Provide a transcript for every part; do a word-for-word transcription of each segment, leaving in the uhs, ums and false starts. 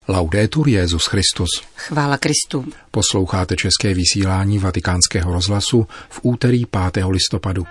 Laudetur Jesus Christus. Chvála Kristu. Posloucháte české vysílání Vatikánského rozhlasu v úterý pátého listopadu.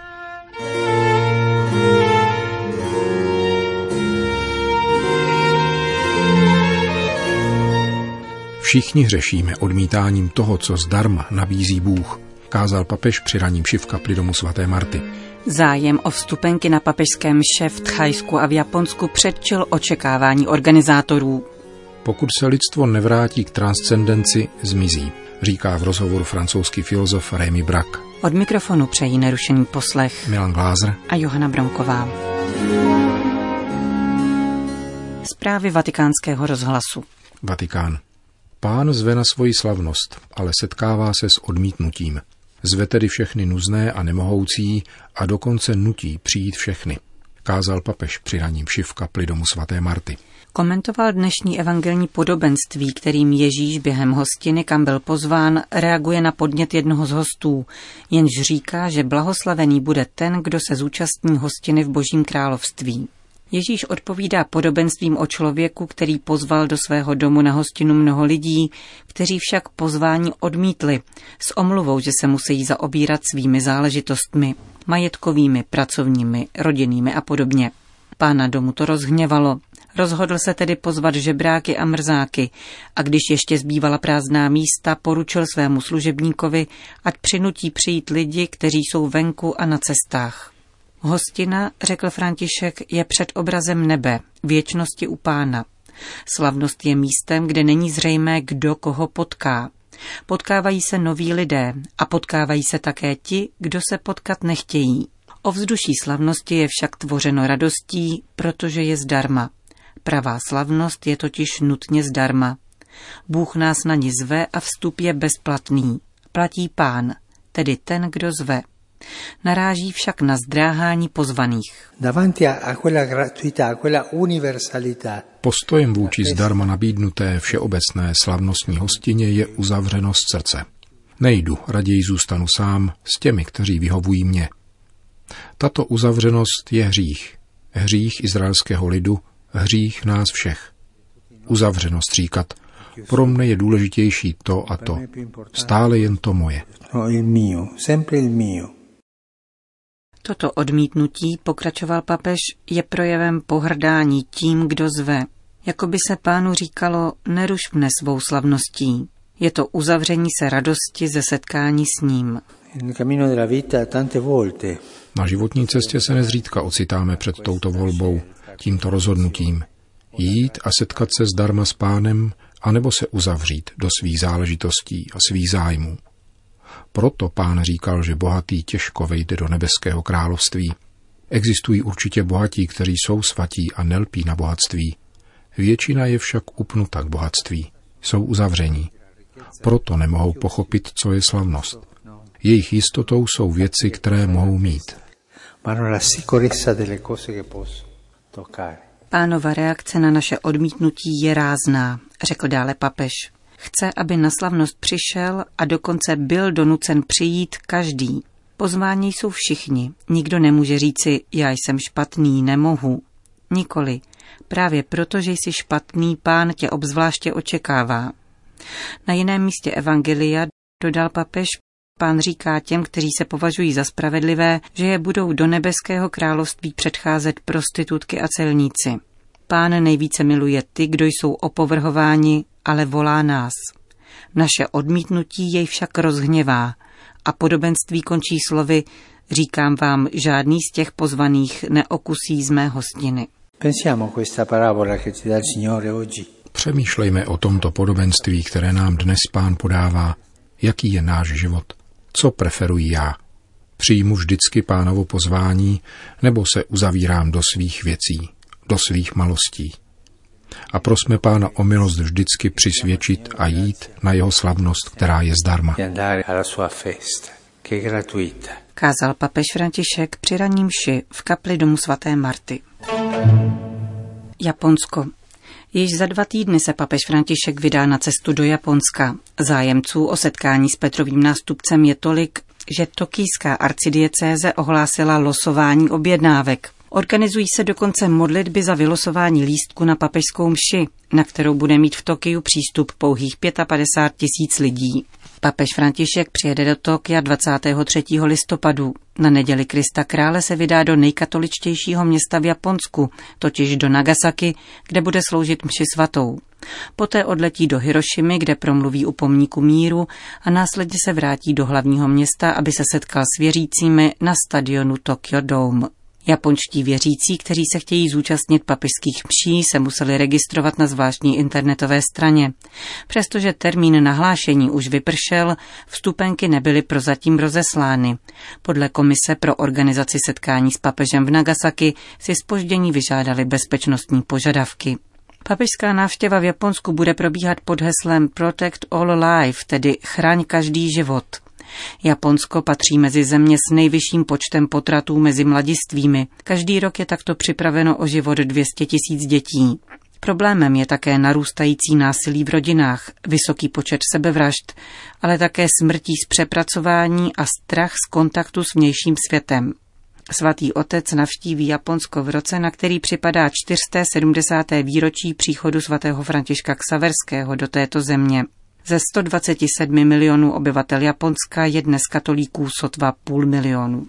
Všichni hřešíme odmítáním toho, co zdarma nabízí Bůh, kázal papež při raní mši v kapli domu svaté Marty. Zájem o vstupenky na papežské mše v Thajsku a v Japonsku předčil očekávání organizátorů. Pokud se lidstvo nevrátí k transcendenci, zmizí, říká v rozhovoru francouzský filozof Rémy Braque. Od mikrofonu přejí nerušený poslech Milan Glázer a Johana Bronková. Zprávy Vatikánského rozhlasu. Vatikán. Pán zve na svoji slavnost, ale setkává se s odmítnutím. Zve tedy všechny nuzné a nemohoucí a dokonce nutí přijít všechny, kázal papež při raní mši v kapli domu svaté Marty. Komentoval dnešní evangelní podobenství, kterým Ježíš během hostiny, kam byl pozván, reaguje na podnět jednoho z hostů, jenž říká, že blahoslavený bude ten, kdo se zúčastní hostiny v Božím království. Ježíš odpovídá podobenstvím o člověku, který pozval do svého domu na hostinu mnoho lidí, kteří však pozvání odmítli, s omluvou, že se musí zaobírat svými záležitostmi, majetkovými, pracovními, rodinnými a podobně. Pána domu to rozhněvalo. Rozhodl se tedy pozvat žebráky a mrzáky a když ještě zbývala prázdná místa, poručil svému služebníkovi, ať přinutí přijít lidi, kteří jsou venku a na cestách. Hostina, řekl František, je před obrazem nebe, věčnosti u Pána. Slavnost je místem, kde není zřejmé, kdo koho potká. Potkávají se noví lidé a potkávají se také ti, kdo se potkat nechtějí. Ovzduší slavnosti je však tvořeno radostí, protože je zdarma. Pravá slavnost je totiž nutně zdarma. Bůh nás na ní zve a vstup je bezplatný. Platí Pán, tedy ten, kdo zve. Naráží však na zdráhání pozvaných. Postojem vůči zdarma nabídnuté všeobecné slavnostní hostině je uzavřenost srdce. Nejdu, raději zůstanu sám s těmi, kteří vyhovují mně. Tato uzavřenost je hřích. Hřích izraelského lidu, hřích nás všech. Uzavřenost říkat, pro mne je důležitější to a to. Stále jen to moje. Toto odmítnutí, pokračoval papež, je projevem pohrdání tím, kdo zve. Jakoby se Pánu říkalo, neruš mne svou slavností. Je to uzavření se radosti ze setkání s ním. Na životní cestě se nezřídka ocitáme před touto volbou, tímto rozhodnutím. Jít a setkat se zdarma s Pánem, anebo se uzavřít do svých záležitostí a svých zájmů. Proto Pán říkal, že bohatý těžko vejde do nebeského království. Existují určitě bohatí, kteří jsou svatí a nelpí na bohatství. Většina je však upnuta k bohatství. Jsou uzavření. Proto nemohou pochopit, co je slavnost. Jejich jistotou jsou věci, které mohou mít. Pánova reakce na naše odmítnutí je rázná, řekl dále papež. Chce, aby na slavnost přišel a dokonce byl donucen přijít každý. Pozváni jsou všichni. Nikdo nemůže říci, já jsem špatný, nemohu. Nikoli. Právě proto, že jsi špatný, Pán tě obzvláště očekává. Na jiném místě evangelia, dodal papež, Pán říká těm, kteří se považují za spravedlivé, že je budou do nebeského království předcházet prostitutky a celníci. Pán nejvíce miluje ty, kdo jsou opovrhováni, ale volá nás. Naše odmítnutí jej však rozhněvá a podobenství končí slovy, říkám vám, žádný z těch pozvaných neokusí z mé hostiny. Přemýšlejme o tomto podobenství, které nám dnes Pán podává. Jaký je náš život? Co preferuji já? Přijmu vždycky Pánovo pozvání, nebo se uzavírám do svých věcí, do svých malostí? A prosme Pána o milost vždycky přisvědčit a jít na jeho slavnost, která je zdarma. Kázal papež František při raní mši v kapli domu svaté Marty. Japonsko. Již za dva týdny se papež František vydá na cestu do Japonska. Zájemců o setkání s Petrovým nástupcem je tolik, že tokijská arcidiecéze ohlásila losování objednávek. Organizují se dokonce modlitby za vylosování lístku na papežskou mši, na kterou bude mít v Tokiu přístup pouhých padesát pět tisíc lidí. Papež František přijede do Tokia dvacátého třetího listopadu. Na neděli Krista Krále se vydá do nejkatoličtějšího města v Japonsku, totiž do Nagasaki, kde bude sloužit mši svatou. Poté odletí do Hirošimy, kde promluví u pomníku míru a následně se vrátí do hlavního města, aby se setkal s věřícími na stadionu Tokyo Dome. Japonští věřící, kteří se chtějí zúčastnit papežských mší, se museli registrovat na zvláštní internetové straně. Přestože termín nahlášení už vypršel, vstupenky nebyly prozatím rozeslány. Podle Komise pro organizaci setkání s papežem v Nagasaki si zpoždění vyžádali bezpečnostní požadavky. Papežská návštěva v Japonsku bude probíhat pod heslem Protect All Life, tedy chraň každý život. Japonsko patří mezi země s nejvyšším počtem potratů mezi mladistvými. Každý rok je takto připraveno o život dvě stě tisíc dětí. Problémem je také narůstající násilí v rodinách, vysoký počet sebevražd, ale také smrtí z přepracování a strach z kontaktu s vnějším světem. Svatý otec navštíví Japonsko v roce, na který připadá čtyři sta sedmdesáté výročí příchodu svatého Františka Xaverského do této země. Ze sto dvacet sedm milionů obyvatel Japonska je dnes katolíků sotva půl milionu.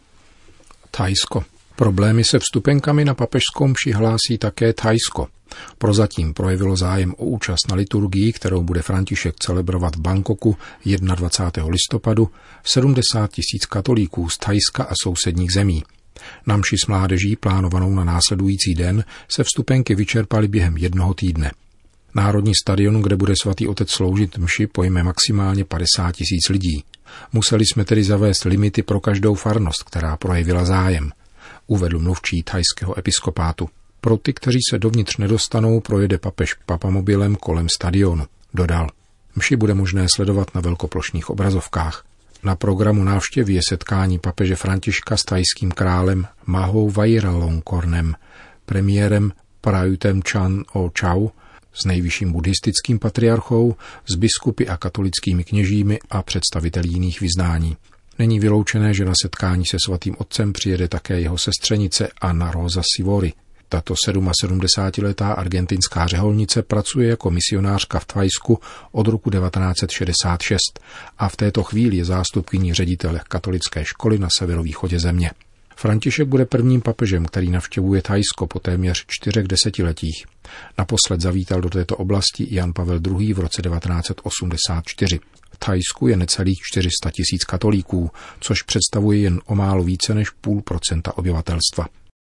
Thajsko. Problémy se vstupenkami na papežskou mši hlásí také Thajsko. Prozatím projevilo zájem o účast na liturgii, kterou bude František celebrovat v Bangkoku dvacátého prvního listopadu, sedmdesát tisíc katolíků z Thajska a sousedních zemí. Na mši s mládeží plánovanou na následující den se vstupenky vyčerpaly během jednoho týdne. Národní stadion, kde bude svatý otec sloužit mši, pojme maximálně padesát tisíc lidí. Museli jsme tedy zavést limity pro každou farnost, která projevila zájem, uvedl mluvčí thajského episkopátu. Pro ty, kteří se dovnitř nedostanou, projede papež papamobilem kolem stadionu, dodal. Mši bude možné sledovat na velkoplošných obrazovkách. Na programu návštěvy je setkání papeže Františka s thajským králem Mahou Vajiralongkornem, premiérem Prayutem Chan o Chau, s nejvyšším buddhistickým patriarchou, s biskupy a katolickými kněžími a představiteli jiných vyznání. Není vyloučené, že na setkání se svatým otcem přijede také jeho sestřenice Anna Rosa Sivori. Tato sedmdesátiletá argentinská řeholnice pracuje jako misionářka v Thajsku od roku devatenáct set šedesát šest a v této chvíli je zástupkyní ředitele katolické školy na severovýchodě země. František bude prvním papežem, který navštěvuje Thajsko po téměř čtyřech desetiletích. Naposled zavítal do této oblasti Jan Pavel druhý. v roce devatenáct set osmdesát čtyři. V Thajsku je necelých čtyři sta tisíc katolíků, což představuje jen o málo více než půl procenta obyvatelstva.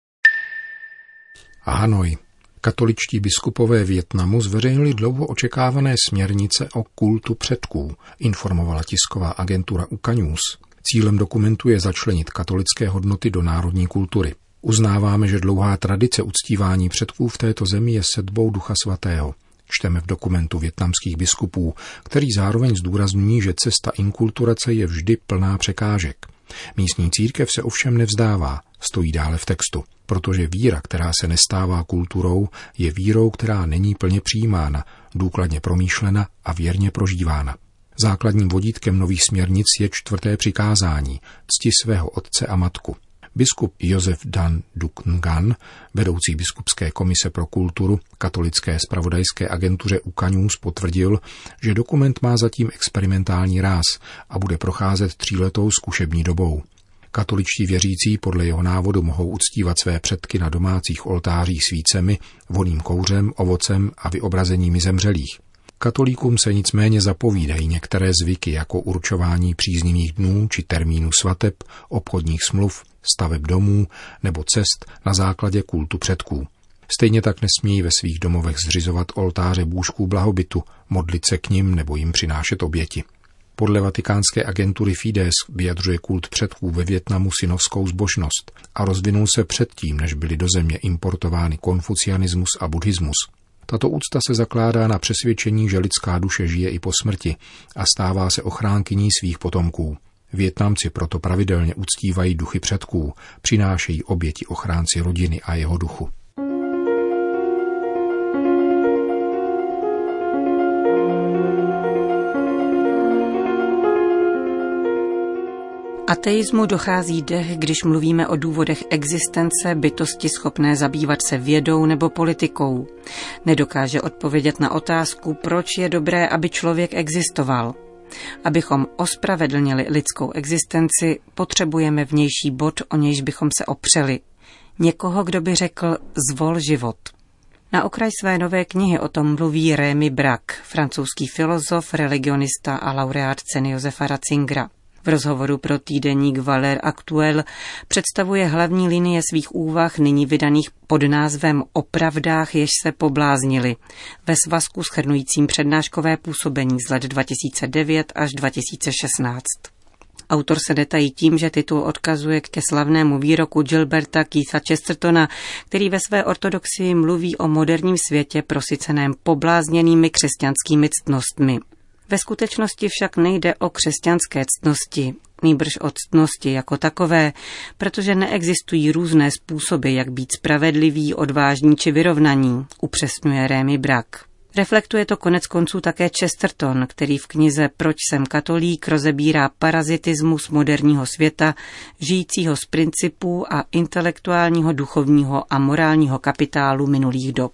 A Hanoj. Katoličtí biskupové Vietnamu zveřejnili dlouho očekávané směrnice o kultu předků, informovala tisková agentura U K News. Cílem dokumentu je začlenit katolické hodnoty do národní kultury. Uznáváme, že dlouhá tradice uctívání předků v této zemi je sedbou Ducha Svatého. Čteme v dokumentu vietnamských biskupů, který zároveň zdůrazňují, že cesta inkulturace je vždy plná překážek. Místní církev se ovšem nevzdává, stojí dále v textu, protože víra, která se nestává kulturou, je vírou, která není plně přijímána, důkladně promýšlena a věrně prožívána. Základním vodítkem nových směrnic je čtvrté přikázání, cti svého otce a matku. Biskup Josef Dan Duc Ngan, vedoucí biskupské komise pro kulturu katolické zpravodajské agentuře U K News, potvrdil, že dokument má zatím experimentální ráz a bude procházet tříletou zkušební dobou. Katoličtí věřící podle jeho návodu mohou uctívat své předky na domácích oltářích svícemi, vonným kouřem, ovocem a vyobrazeními zemřelých. Katolíkům se nicméně zapovídají některé zvyky jako určování příznivých dnů či termínů svateb, obchodních smluv, staveb domů nebo cest na základě kultu předků. Stejně tak nesmějí ve svých domovech zřizovat oltáře bůžků blahobytu, modlit se k nim nebo jim přinášet oběti. Podle vatikánské agentury Fides vyjadřuje kult předků ve Vietnamu synovskou zbožnost a rozvinul se předtím, než byly do země importovány konfucianismus a buddhismus. Tato úcta se zakládá na přesvědčení, že lidská duše žije i po smrti a stává se ochránkyní svých potomků. Vietnamci proto pravidelně uctívají duchy předků, přinášejí oběti ochránci rodiny a jeho duchu. Ateismu dochází dech, když mluvíme o důvodech existence bytosti schopné zabývat se vědou nebo politikou. Nedokáže odpovědět na otázku, proč je dobré, aby člověk existoval. Abychom ospravedlnili lidskou existenci, potřebujeme vnější bod, o nějž bychom se opřeli. Někoho, kdo by řekl, zvol život. Na okraj své nové knihy o tom mluví Rémy Braque, francouzský filozof, religionista a laureát ceny Josefa Ratzingera. V rozhovoru pro týdeník Valeurs Actuelles představuje hlavní linie svých úvah nyní vydaných pod názvem O pravdách, jež se pobláznili, ve svazku shrnujícím přednáškové působení z let dva tisíce devět až dva tisíce šestnáct. Autor se detají tím, že titul odkazuje ke slavnému výroku Gilberta Keitha Chestertona, který ve své ortodoxii mluví o moderním světě prosyceném poblázněnými křesťanskými ctnostmi. Ve skutečnosti však nejde o křesťanské ctnosti, nýbrž o ctnosti jako takové, protože neexistují různé způsoby, jak být spravedlivý, odvážný či vyrovnaný, upřesňuje Rémy Braque. Reflektuje to konec konců také Chesterton, který v knize Proč jsem katolík rozebírá parazitismus moderního světa, žijícího z principů a intelektuálního, duchovního a morálního kapitálu minulých dob.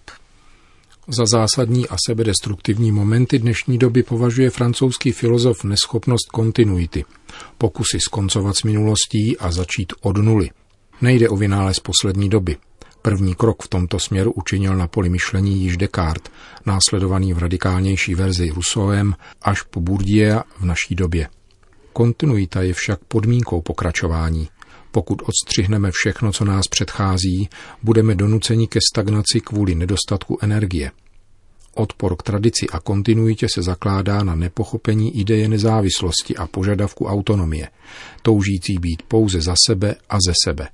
Za zásadní a sebedestruktivní momenty dnešní doby považuje francouzský filozof neschopnost kontinuity, pokusy skoncovat s minulostí a začít od nuly. Nejde o vynález poslední doby. První krok v tomto směru učinil na poli myšlení již Descartes, následovaný v radikálnější verzi Rousseauem až po Bourdieu v naší době. Kontinuita je však podmínkou pokračování. Pokud odstřihneme všechno, co nás předchází, budeme donuceni ke stagnaci kvůli nedostatku energie. Odpor k tradici a kontinuitě se zakládá na nepochopení ideje nezávislosti a požadavku autonomie, toužící být pouze za sebe a ze sebe.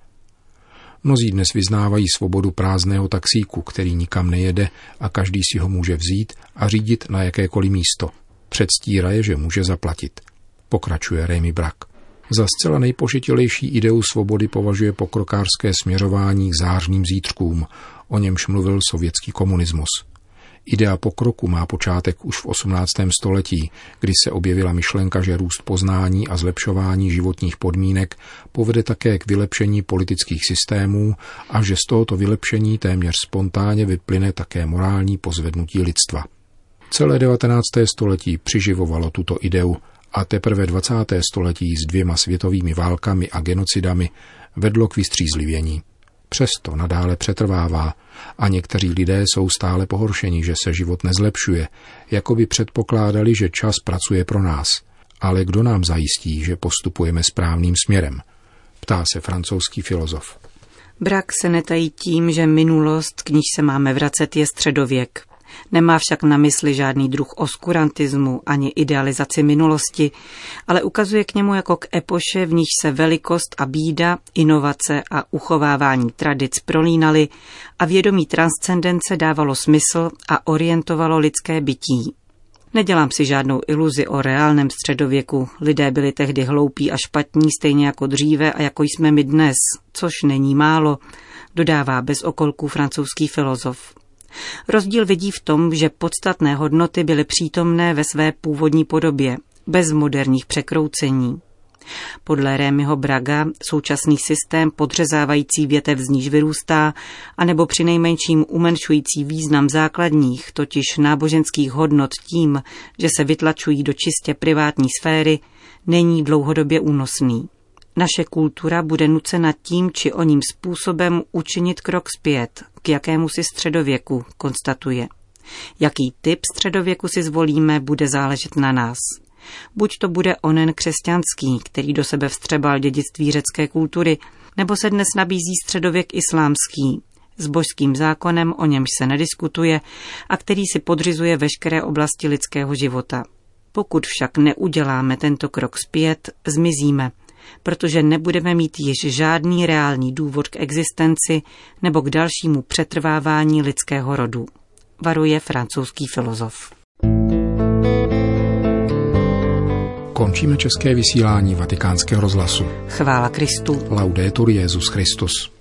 Mnozí dnes vyznávají svobodu prázdného taxíku, který nikam nejede a každý si ho může vzít a řídit na jakékoliv místo. Předstíraje, že může zaplatit. Pokračuje Rémy Braque. Za zcela nejpošetilejší ideu svobody považuje pokrokářské směřování k zářným zítřkům, o němž mluvil sovětský komunismus. Idea pokroku má počátek už v osmnáctém století, kdy se objevila myšlenka, že růst poznání a zlepšování životních podmínek povede také k vylepšení politických systémů a že z tohoto vylepšení téměř spontánně vyplyne také morální pozvednutí lidstva. Celé devatenácté století přiživovalo tuto ideu a teprve dvacáté století s dvěma světovými válkami a genocidami vedlo k vystřízlivění. Přesto nadále přetrvává a někteří lidé jsou stále pohoršeni, že se život nezlepšuje, jako by předpokládali, že čas pracuje pro nás. Ale kdo nám zajistí, že postupujeme správným směrem? Ptá se francouzský filozof. Braque se netají tím, že minulost, k níž se máme vracet, je středověk. Nemá však na mysli žádný druh oskurantismu ani idealizaci minulosti, ale ukazuje k němu jako k epoše, v níž se velikost a bída, inovace a uchovávání tradic prolínaly a vědomí transcendence dávalo smysl a orientovalo lidské bytí. Nedělám si žádnou iluzi o reálném středověku. Lidé byli tehdy hloupí a špatní stejně jako dříve a jako jsme my dnes, což není málo, dodává bez okolků francouzský filozof. Rozdíl vidí v tom, že podstatné hodnoty byly přítomné ve své původní podobě, bez moderních překroucení. Podle Rémyho Bragua současný systém podřezávající větev z níž vyrůstá, anebo přinejmenším umenšující význam základních, totiž náboženských hodnot tím, že se vytlačují do čistě privátní sféry, není dlouhodobě únosný. Naše kultura bude nucena tím či oním způsobem učinit krok zpět, k jakémusi středověku, konstatuje. Jaký typ středověku si zvolíme, bude záležet na nás. Buď to bude onen křesťanský, který do sebe vstřebal dědictví řecké kultury, nebo se dnes nabízí středověk islámský, s božským zákonem, o němž se nediskutuje a který si podřizuje veškeré oblasti lidského života. Pokud však neuděláme tento krok zpět, zmizíme, protože nebudeme mít již žádný reálný důvod k existenci nebo k dalšímu přetrvávání lidského rodu, varuje francouzský filozof. Končíme české vysílání Vatikánského rozhlasu. Chvála Kristu. Laudetur Jesus Christus.